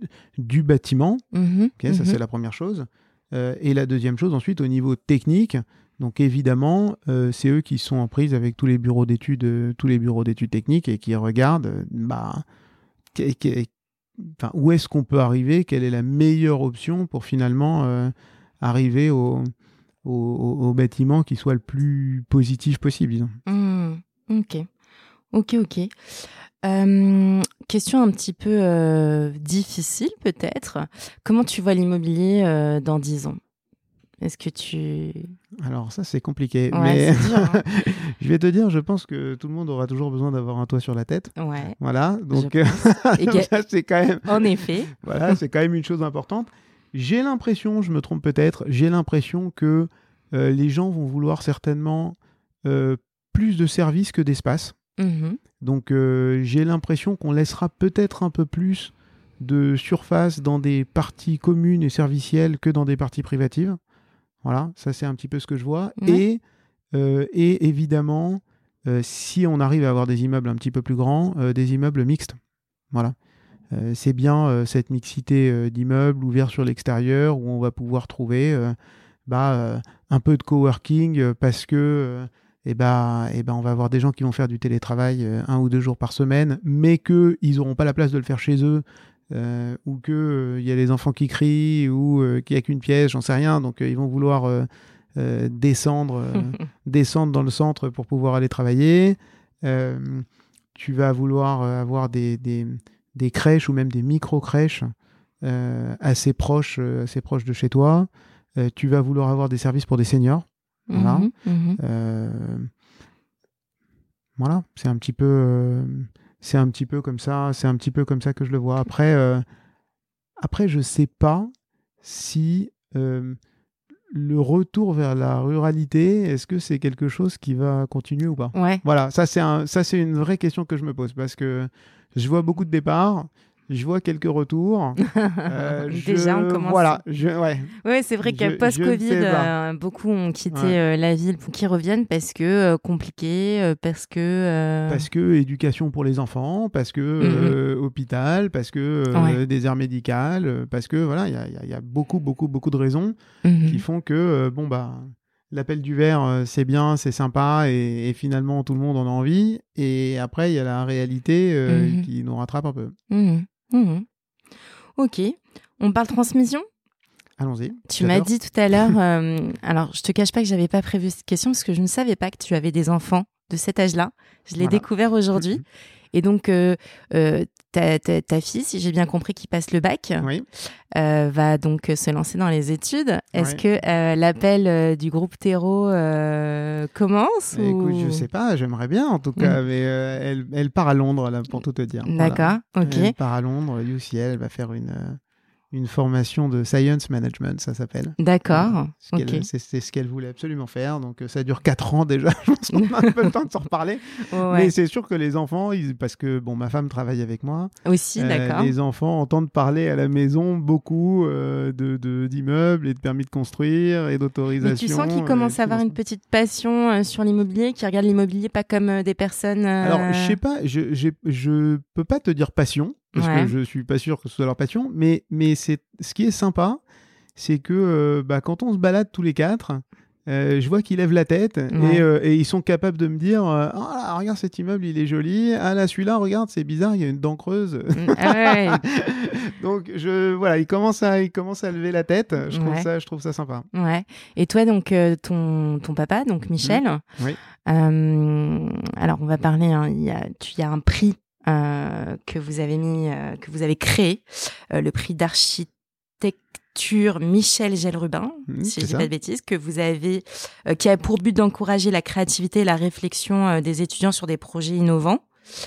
du bâtiment. Mmh, okay, mmh. Ça, c'est la première chose. Euh, et la deuxième chose, ensuite, au niveau technique, donc évidemment, euh, c'est eux qui sont en prise avec tous les bureaux d'études, euh, tous les bureaux d'études techniques et qui regardent euh, bah, qu- qu- Enfin, où est-ce qu'on peut arriver, quelle est la meilleure option pour finalement euh, arriver au, au, au, au bâtiment qui soit le plus positif possible, disons. Mmh, ok, ok, ok. Euh, question un petit peu euh, difficile peut-être. Comment tu vois l'immobilier euh, dans dix ans? Est-ce que tu... Alors ça, c'est compliqué. Ouais, mais c'est dur. Hein. Je vais te dire, je pense que tout le monde aura toujours besoin d'avoir un toit sur la tête. Ouais. Voilà, donc je pense. Et ça, c'est quand même... En effet. Voilà, c'est quand même une chose importante. J'ai l'impression, je me trompe peut-être, j'ai l'impression que euh, les gens vont vouloir certainement euh, plus de services que d'espace. Mm-hmm. Donc euh, j'ai l'impression qu'on laissera peut-être un peu plus de surface dans des parties communes et servicielles que dans des parties privatives. Voilà, ça c'est un petit peu ce que je vois. Ouais. Et, euh, et évidemment, euh, si on arrive à avoir des immeubles un petit peu plus grands, euh, des immeubles mixtes. Voilà. Euh, c'est bien euh, cette mixité euh, d'immeubles ouverts sur l'extérieur où on va pouvoir trouver euh, bah, euh, un peu de coworking euh, parce que euh, eh bah, eh bah, on va avoir des gens qui vont faire du télétravail euh, un ou deux jours par semaine, mais qu'ils n'auront pas la place de le faire chez eux, euh, ou qu'il euh, y a les enfants qui crient, ou euh, qu'il n'y a qu'une pièce, j'en sais rien, donc euh, ils vont vouloir euh, euh, descendre, euh, descendre dans le centre pour pouvoir aller travailler. Euh, tu vas vouloir euh, avoir des... des des crèches ou même des micro-crèches euh, assez, proches, euh, assez proches de chez toi. Euh, tu vas vouloir avoir des services pour des seniors. Voilà. Mmh, mmh. Euh, voilà, c'est un petit peu, euh, c'est un petit peu comme ça, c'est un petit peu comme ça que je le vois. Après, euh, après je sais pas si euh, le retour vers la ruralité, est-ce que c'est quelque chose qui va continuer ou pas? Ouais. Voilà, ça c'est un, ça c'est une vraie question que je me pose parce que je vois beaucoup de départs, je vois quelques retours. Euh, Déjà, je, on commence. Voilà, je, ouais. Ouais, c'est vrai que Je- post-Covid, je ne sais pas. euh, beaucoup ont quitté Ouais. euh, la ville pour qu'ils reviennent parce que euh, compliqué, euh, parce que. euh, Parce que éducation pour les enfants, parce que euh, hôpital, parce que euh, Ouais. désert médical, euh, parce que voilà, il y a, y a- y a beaucoup, beaucoup, beaucoup de raisons Mhm. qui font que euh, bon bah l'appel du verre euh, c'est bien, c'est sympa et, et finalement tout le monde en a envie. Et après il y a la réalité euh, Mhm. qui nous rattrape un peu. Mhm. Mhm. Ok, on parle transmission. Allons-y. Tu m'as j'adore. dit tout à l'heure, euh, alors je te cache pas que j'avais pas prévu cette question parce que je ne savais pas que tu avais des enfants de cet âge-là. Je l'ai Voilà. découvert aujourd'hui. Et donc, euh, euh, ta, ta, ta fille, si j'ai bien compris, qui passe le bac, Oui. euh, va donc se lancer dans les études. Est-ce Ouais. que euh, l'appel euh, du groupe Terreau euh, commence Bah, ou... écoute, je sais pas, j'aimerais bien en tout cas, mais euh, elle, elle part à Londres là pour tout te dire. D'accord, Voilà. ok. Elle part à Londres, U C L, elle va faire une euh, une formation de science management, ça s'appelle. D'accord, Voilà. Ce ok. qu'elle- c'est, c'est ce qu'elle voulait absolument faire, donc euh, ça dure quatre ans déjà. Je pense qu'on a un peu le temps de s'en reparler. Ouais. Mais c'est sûr que les enfants, ils- parce que bon, ma femme travaille avec moi. Aussi, Euh, d'accord. les enfants entendent parler à la maison beaucoup euh, de, de- d'immeubles et de permis de construire et d'autorisation. Mais tu sens qu'ils euh, commencent et à avoir une financement. petite passion euh, sur l'immobilier, qui regardent l'immobilier pas comme euh, des personnes... euh, Alors, je sais pas, je, j'ai- je peux pas te dire passion, parce Ouais. que je suis pas sûr que ce soit leur passion, mais, mais c'est, ce qui est sympa, c'est que euh, bah, quand on se balade tous les quatre, euh, je vois qu'ils lèvent la tête Ouais. et, euh, et ils sont capables de me dire euh, ah là, regarde cet immeuble, il est joli. Ah là, celui-là, regarde, c'est bizarre, il y a une dent creuse. Mm, ah ouais, Donc, je, voilà, ils commencent, à, ils commencent à lever la tête. Je trouve, Ouais. ça, je trouve ça sympa. ouais. Et toi, donc, euh, ton, ton papa, donc Michel, Oui. euh, alors on va parler, hein, il y a, tu, il y a un prix euh, que vous avez mis, euh, que vous avez créé, euh, le prix d'architecture Michel Gelrubin, Mmh, si c'est je dis ça. pas de bêtises, que vous avez, euh, qui a pour but d'encourager la créativité et la réflexion euh, des étudiants sur des projets innovants.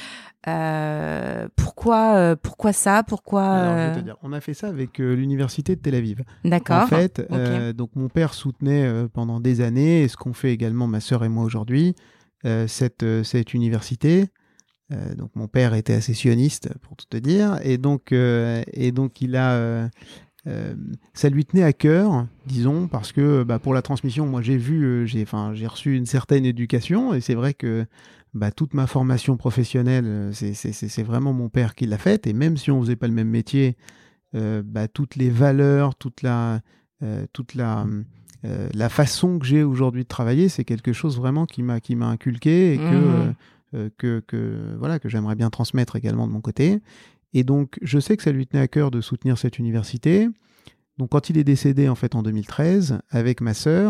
Euh, pourquoi, euh, pourquoi ça Pourquoi Alors, je euh, vais te dire, on a fait ça avec euh, l'université de Tel Aviv. D'accord. En fait, Ok. euh, donc mon père soutenait euh, pendant des années, et ce qu'on fait également ma sœur et moi aujourd'hui, euh, cette, euh, cette université. Euh, donc mon père était assez sioniste, pour tout te dire, et donc, euh, et donc il a, euh, euh, ça lui tenait à cœur, disons, parce que bah, pour la transmission, moi j'ai vu, euh, j'ai, enfin, j'ai reçu une certaine éducation, et c'est vrai que bah, toute ma formation professionnelle, euh, c'est, c'est, c'est c'est vraiment mon père qui l'a faite, et même si on faisait pas le même métier, euh, bah, toutes les valeurs, toute la, euh, toute la, euh, la façon que j'ai aujourd'hui de travailler, c'est quelque chose vraiment qui m'a, qui m'a inculqué et que, Mhm. euh, euh, que, que, voilà, que j'aimerais bien transmettre également de mon côté. Et donc, je sais que ça lui tenait à cœur de soutenir cette université. Donc, quand il est décédé en fait en deux mille treize, avec ma sœur,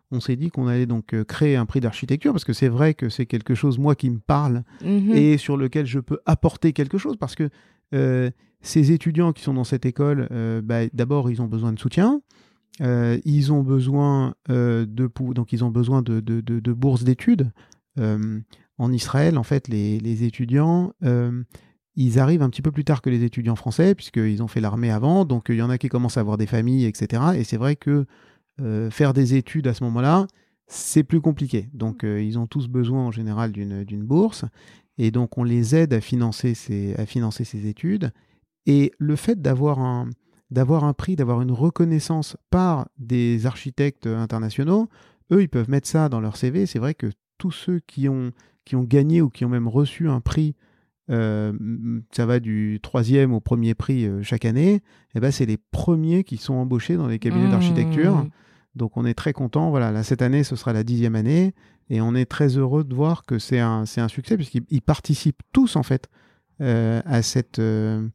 on s'est dit qu'on allait donc euh, créer un prix d'architecture, parce que c'est vrai que c'est quelque chose, moi, qui me parle Mhm. et sur lequel je peux apporter quelque chose, parce que euh, ces étudiants qui sont dans cette école, euh, bah, d'abord, ils ont besoin de soutien. Euh, ils ont besoin euh, de pou- donc ils ont besoin de, de, de, de bourses d'études. Euh, en Israël, en fait, les, les étudiants, euh, ils arrivent un petit peu plus tard que les étudiants français, puisqu'ils ont fait l'armée avant. Donc il y en a qui commencent à avoir des familles, et cetera. Et c'est vrai que euh, faire des études à ce moment-là, c'est plus compliqué. Donc euh, ils ont tous besoin en général d'une, d'une bourse. Et donc on les aide à financer ces, à financer ces études. Et le fait d'avoir un, d'avoir un prix, d'avoir une reconnaissance par des architectes internationaux, eux, ils peuvent mettre ça dans leur C V. C'est vrai que tous ceux qui ont, qui ont gagné ou qui ont même reçu un prix, euh, ça va du troisième au premier prix euh, chaque année, et ben, c'est les premiers qui sont embauchés dans les cabinets Mmh. d'architecture. Donc on est très content. Voilà, là, cette année, ce sera la dixième année. Et on est très heureux de voir que c'est un, c'est un succès, puisqu'ils ils participent tous, en fait, euh, à cette... Euh,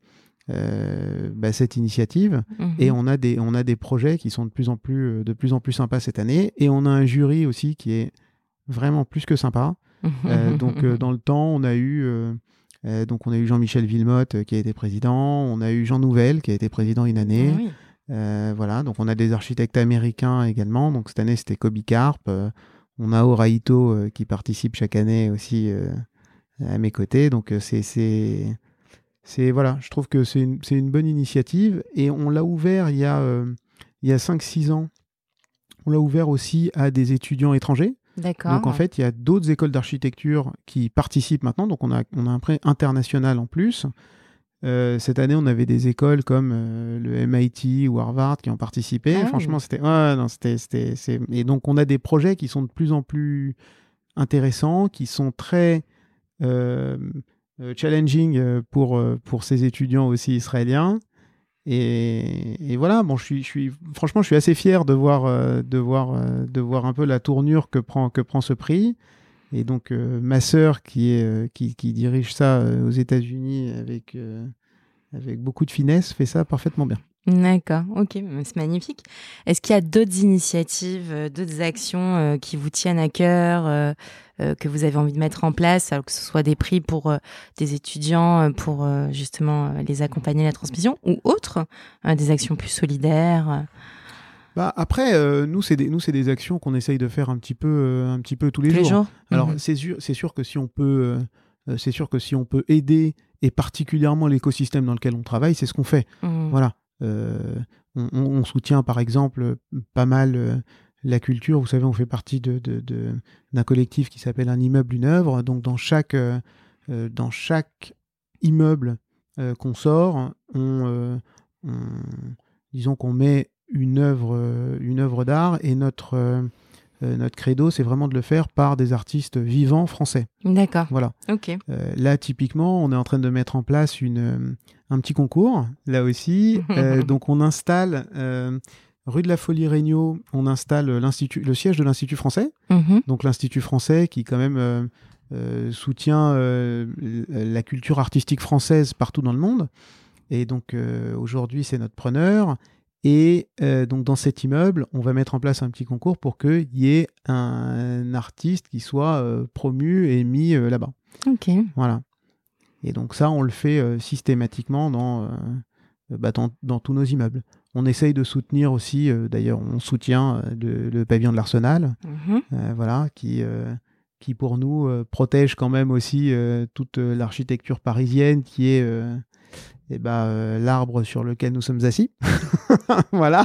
Euh, bah, cette initiative Mhm. et on a des on a des projets qui sont de plus en plus de plus en plus sympas cette année et on a un jury aussi qui est vraiment plus que sympa. Euh, donc euh, dans le temps on a eu euh, euh, donc on a eu Jean-Michel Villemotte euh, qui a été président, on a eu Jean Nouvel qui a été président une année. Oui. Euh, voilà, donc on a des architectes américains également. Donc cette année c'était Kobe Karp. Euh, on a Oraito euh, qui participe chaque année aussi euh, à mes côtés. Donc euh, c'est c'est c'est, voilà, je trouve que c'est une, c'est une bonne initiative et on l'a ouvert il y a, euh, il y a cinq six ans. On l'a ouvert aussi à des étudiants étrangers. D'accord. Donc en fait, il y a d'autres écoles d'architecture qui participent maintenant. Donc on a, on a un prêt international en plus. Euh, cette année, on avait des écoles comme euh, le M I T ou Harvard qui ont participé. Ah Franchement, oui. c'était... Ouais, non, c'était, c'était, c'est... Et donc on a des projets qui sont de plus en plus intéressants, qui sont très... Euh, euh, challenging euh, pour, euh, pour ces étudiants aussi israéliens. Et, et voilà, bon, je suis, je suis, franchement, je suis assez fier de voir, euh, de, voir, euh, de voir un peu la tournure que prend, que prend ce prix. Et donc, euh, ma sœur, qui, est, euh, qui, qui dirige ça euh, aux États-Unis avec, euh, avec beaucoup de finesse, fait ça parfaitement bien. D'accord, ok, c'est magnifique. Est-ce qu'il y a d'autres initiatives, euh, d'autres actions euh, qui vous tiennent à cœur, euh, euh, que vous avez envie de mettre en place, alors que ce soit des prix pour euh, des étudiants, euh, pour euh, justement euh, les accompagner à la transmission, ou autres, euh, des actions plus solidaires euh. Bah, après, euh, nous, c'est des, nous, c'est des actions qu'on essaye de faire un petit peu, euh, un petit peu tous les tous les jours. jours? Alors, Mhm. c'est sûr, c'est sûr que si on peut, euh, c'est sûr que si on peut aider, et particulièrement l'écosystème dans lequel on travaille, c'est ce qu'on fait. Mhm. Voilà. Euh, on, on- on soutient, par exemple, pas mal euh, la culture. Vous savez, on fait partie de, de- de- d'un collectif qui s'appelle Un immeuble, une œuvre. Donc, dans chaque, euh, euh, dans chaque immeuble euh, qu'on sort, on, euh, on- disons qu'on met une œuvre, euh, une œuvre d'art et notre, euh, euh, notre credo, c'est vraiment de le faire par des artistes vivants français. D'accord, Voilà. ok. Euh, là, typiquement, on est en train de mettre en place une, euh, un petit concours, là aussi. Euh, donc, on installe, euh, rue de la Folie-Regnault, on installe l'institut, le siège de l'Institut français. Mhm. Donc, l'Institut français qui, quand même, euh, euh, soutient euh, la culture artistique française partout dans le monde. Et donc, euh, aujourd'hui, c'est notre preneur. Et euh, donc, dans cet immeuble, on va mettre en place un petit concours pour qu'il y ait un artiste qui soit euh, promu et mis euh, là-bas. Ok. Voilà. Et donc ça, on le fait euh, systématiquement dans, euh, bah, dans, dans tous nos immeubles. On essaye de soutenir aussi, euh, d'ailleurs, on soutient euh, le, le pavillon de l'Arsenal, Mhm. euh, voilà, qui, euh, qui pour nous euh, protège quand même aussi euh, toute euh, l'architecture parisienne, qui est euh, eh ben, euh, l'arbre sur lequel nous sommes assis. Voilà.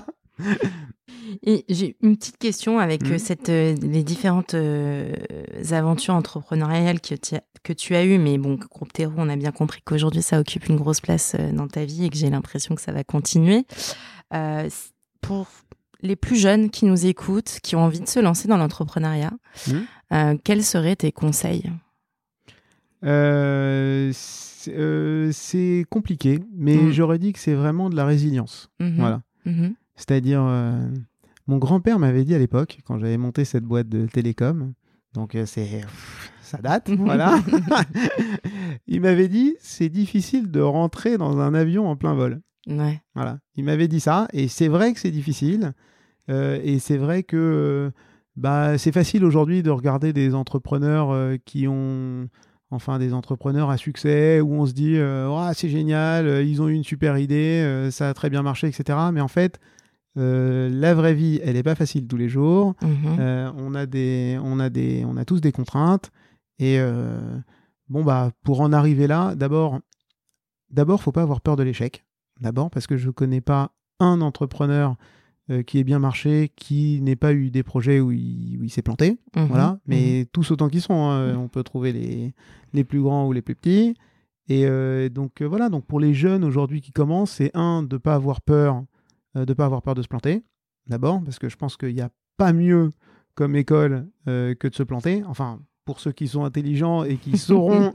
Et j'ai une petite question avec Mmh. euh, cette, euh, les différentes euh, aventures entrepreneuriales que tu as, que tu as eues, mais bon, Groupe Terreau, on a bien compris qu'aujourd'hui, ça occupe une grosse place euh, dans ta vie et que j'ai l'impression que ça va continuer. Euh, c- pour les plus jeunes qui nous écoutent, qui ont envie de se lancer dans l'entrepreneuriat, Mmh. euh, quels seraient tes conseils? Euh, c'est euh, c'est compliqué, mais Mm. j'aurais dit que c'est vraiment de la résilience. Mhm. Voilà. Mhm. C'est-à-dire, euh, mon grand-père m'avait dit à l'époque, quand j'avais monté cette boîte de télécom, donc euh, c'est, pff, ça date, voilà. Il m'avait dit, c'est difficile de rentrer dans un avion en plein vol. Ouais. Voilà. Il m'avait dit ça, et c'est vrai que c'est difficile, euh, et c'est vrai que bah, c'est facile aujourd'hui de regarder des entrepreneurs euh, qui ont, enfin des entrepreneurs à succès, où on se dit euh, oh, c'est génial, euh, ils ont eu une super idée, euh, ça a très bien marché, et cetera. Mais en fait, euh, la vraie vie, elle n'est pas facile tous les jours. Mmh. Euh, on a des, on a des, on a tous des contraintes. Et euh, bon bah, pour en arriver là, d'abord, d'abord, faut pas avoir peur de l'échec. D'abord, parce que je connais pas un entrepreneur euh, qui ait bien marché, qui n'ait pas eu des projets où il, où il s'est planté. Mmh. Voilà. Mais Mmh. tous autant qu'ils sont, hein. On peut trouver les, les plus grands ou les plus petits. Et euh, donc euh, voilà. Donc pour les jeunes aujourd'hui qui commencent, c'est un de pas avoir peur, euh, de pas avoir peur de se planter. D'abord, parce que je pense qu'il n'y a pas mieux comme école euh, que de se planter. Enfin, pour ceux qui sont intelligents et qui sauront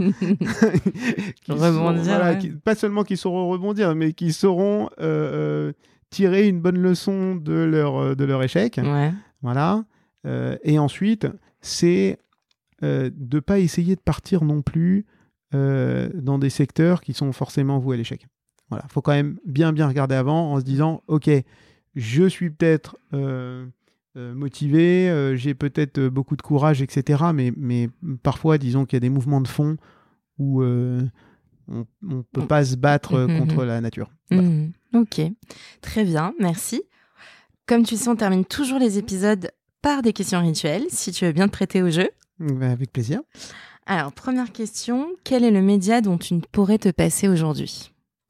qui Rebondir, sauront, voilà, ouais. qui, pas seulement qui sauront rebondir, mais qui sauront euh, euh, tirer une bonne leçon de leur, euh, de leur échec. Ouais. Voilà. Euh, et ensuite, c'est euh, de ne pas essayer de partir non plus euh, dans des secteurs qui sont forcément voués à l'échec. Voilà. Il faut quand même bien, bien regarder avant en se disant, OK, je suis peut-être... Euh, Euh, motivé, euh, j'ai peut-être euh, beaucoup de courage, et cetera. Mais, mais parfois, disons qu'il y a des mouvements de fond où euh, on ne peut pas se battre euh, contre la nature. Voilà. Mmh. Ok, très bien, merci. Comme tu le sais, on termine toujours les épisodes par des questions rituelles, si tu veux bien te prêter au jeu. Ben, avec plaisir. Alors, première question, quel est le média dont tu ne pourrais te passer aujourd'hui ?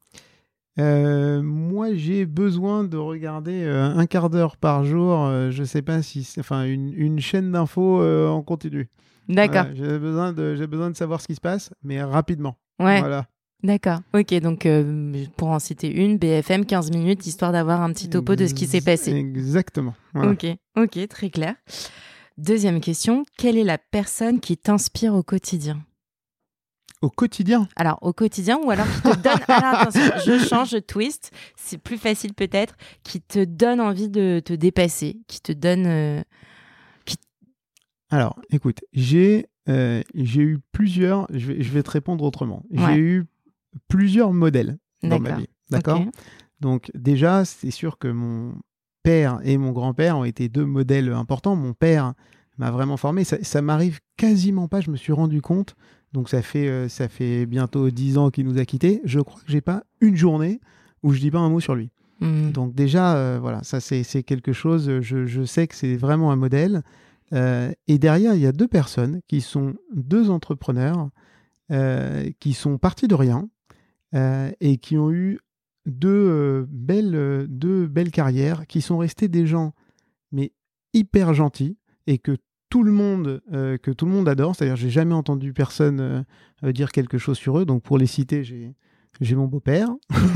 Euh, moi, j'ai besoin de regarder euh, un quart d'heure par jour, euh, je sais pas si, c'est- enfin, une, une chaîne d'infos euh, en continu. D'accord. Voilà, j'ai besoin de, j'ai besoin de savoir ce qui se passe, mais rapidement. Ouais. Voilà. D'accord. Ok, donc euh, pour en citer une, B F M, quinze minutes, histoire d'avoir un petit topo de ce qui s'est passé. Exactement. Voilà. Ok, ok, très clair. Deuxième question, quelle est la personne qui t'inspire au quotidien ? Au quotidien. Alors, au quotidien, ou alors qui te donne... Alors, attention, je change, je twist, c'est plus facile peut-être, qui te donne envie de te dépasser, qui te donne... euh, qui... Alors, écoute, j'ai euh, j'ai eu plusieurs... Je vais, je vais te répondre autrement. Ouais. J'ai eu plusieurs modèles dans ma D'accord. vie. D'accord. Ok. Donc, déjà, c'est sûr que mon père et mon grand-père ont été deux modèles importants. Mon père m'a vraiment formé. Ça, ça m'arrive quasiment pas, je me suis rendu compte. Donc, ça fait, euh, ça fait bientôt dix ans qu'il nous a quittés. Je crois que j'ai pas une journée où je dis pas un mot sur lui. Mmh. Donc, déjà, euh, voilà, ça, c'est, c'est quelque chose. Je, je sais que c'est vraiment un modèle. Euh, et derrière, il y a deux personnes qui sont deux entrepreneurs euh, qui sont partis de rien euh, et qui ont eu deux, euh, belles, euh, deux belles carrières, qui sont restés des gens mais hyper gentils et que tout le monde, euh, que tout le monde adore. C'est-à-dire, j'ai jamais entendu personne euh, euh, dire quelque chose sur eux. Donc, pour les citer, j'ai, j'ai mon beau-père,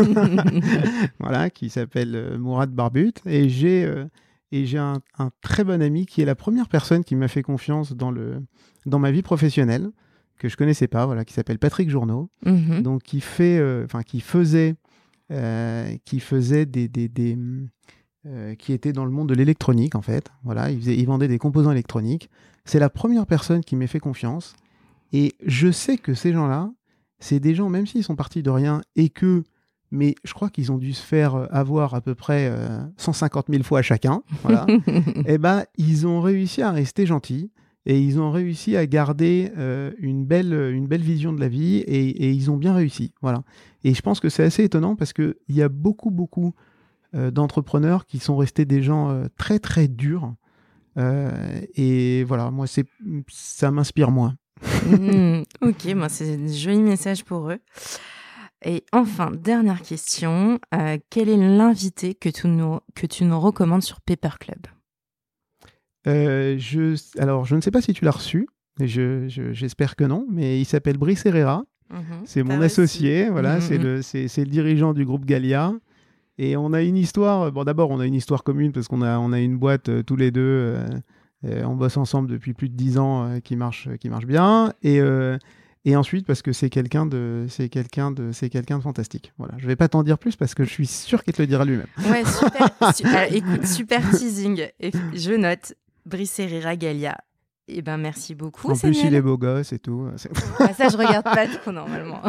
voilà, qui s'appelle euh, Mourad Barbut, et j'ai euh, et j'ai un, un très bon ami qui est la première personne qui m'a fait confiance dans le dans ma vie professionnelle, que je connaissais pas, voilà, qui s'appelle Patrick Journeau, Mmh. donc qui fait, enfin, euh, qui faisait, euh, qui faisait des, des, des euh, qui était dans le monde de l'électronique en fait. Voilà, il, faisait, il vendait des composants électroniques. C'est la première personne qui m'a fait confiance, et je sais que ces gens-là, c'est des gens, même s'ils sont partis de rien et que, mais je crois qu'ils ont dû se faire avoir à peu près euh, cent cinquante mille fois chacun. Voilà. Et ben, ils ont réussi à rester gentils. Et ils ont réussi à garder euh, une, belle, une belle vision de la vie, et, et ils ont bien réussi. Voilà. Et je pense que c'est assez étonnant parce qu'il y a beaucoup, beaucoup euh, d'entrepreneurs qui sont restés des gens euh, très, très durs. Euh, et voilà, moi, c'est, ça m'inspire moins. Mmh. Ok, moi, c'est un joli message pour eux. Et enfin, dernière question, euh, quel est l'invité que tu nous, que tu nous recommandes sur Paper Club ? Euh, je, alors, je ne sais pas si tu l'as reçu, je, je, j'espère que non, mais il s'appelle Brice Herrera. Mmh, c'est mon associé, aussi. Voilà, mmh. c'est, le, c'est, c'est le dirigeant du groupe Galia. Et on a une histoire, bon d'abord on a une histoire commune parce qu'on a, on a une boîte euh, tous les deux, euh, euh, on bosse ensemble depuis plus de dix ans euh, qui, marche, qui marche bien. Et, euh, et ensuite parce que c'est quelqu'un de, c'est quelqu'un de, c'est quelqu'un de fantastique. Voilà, je ne vais pas t'en dire plus parce que je suis sûr qu'il te le dira lui-même. Ouais, super, su- alors, écoute, super teasing, et je note. Brice Herrera Galia. Eh ben, merci beaucoup, En Samuel. plus, il est beau gosse et tout. Ah, ça, je regarde pas trop, normalement.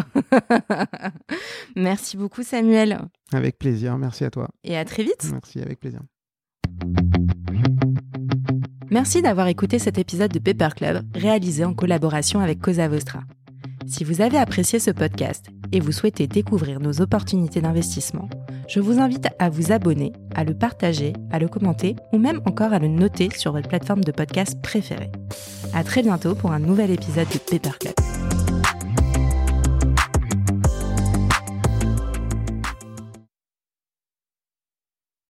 Merci beaucoup, Samuel. Avec plaisir, merci à toi. Et à très vite. Merci, avec plaisir. Merci d'avoir écouté cet épisode de Paper Club réalisé en collaboration avec Cosa Vostra. Si vous avez apprécié ce podcast et vous souhaitez découvrir nos opportunités d'investissement, je vous invite à vous abonner, à le partager, à le commenter ou même encore à le noter sur votre plateforme de podcast préférée. À très bientôt pour un nouvel épisode de Paper Club.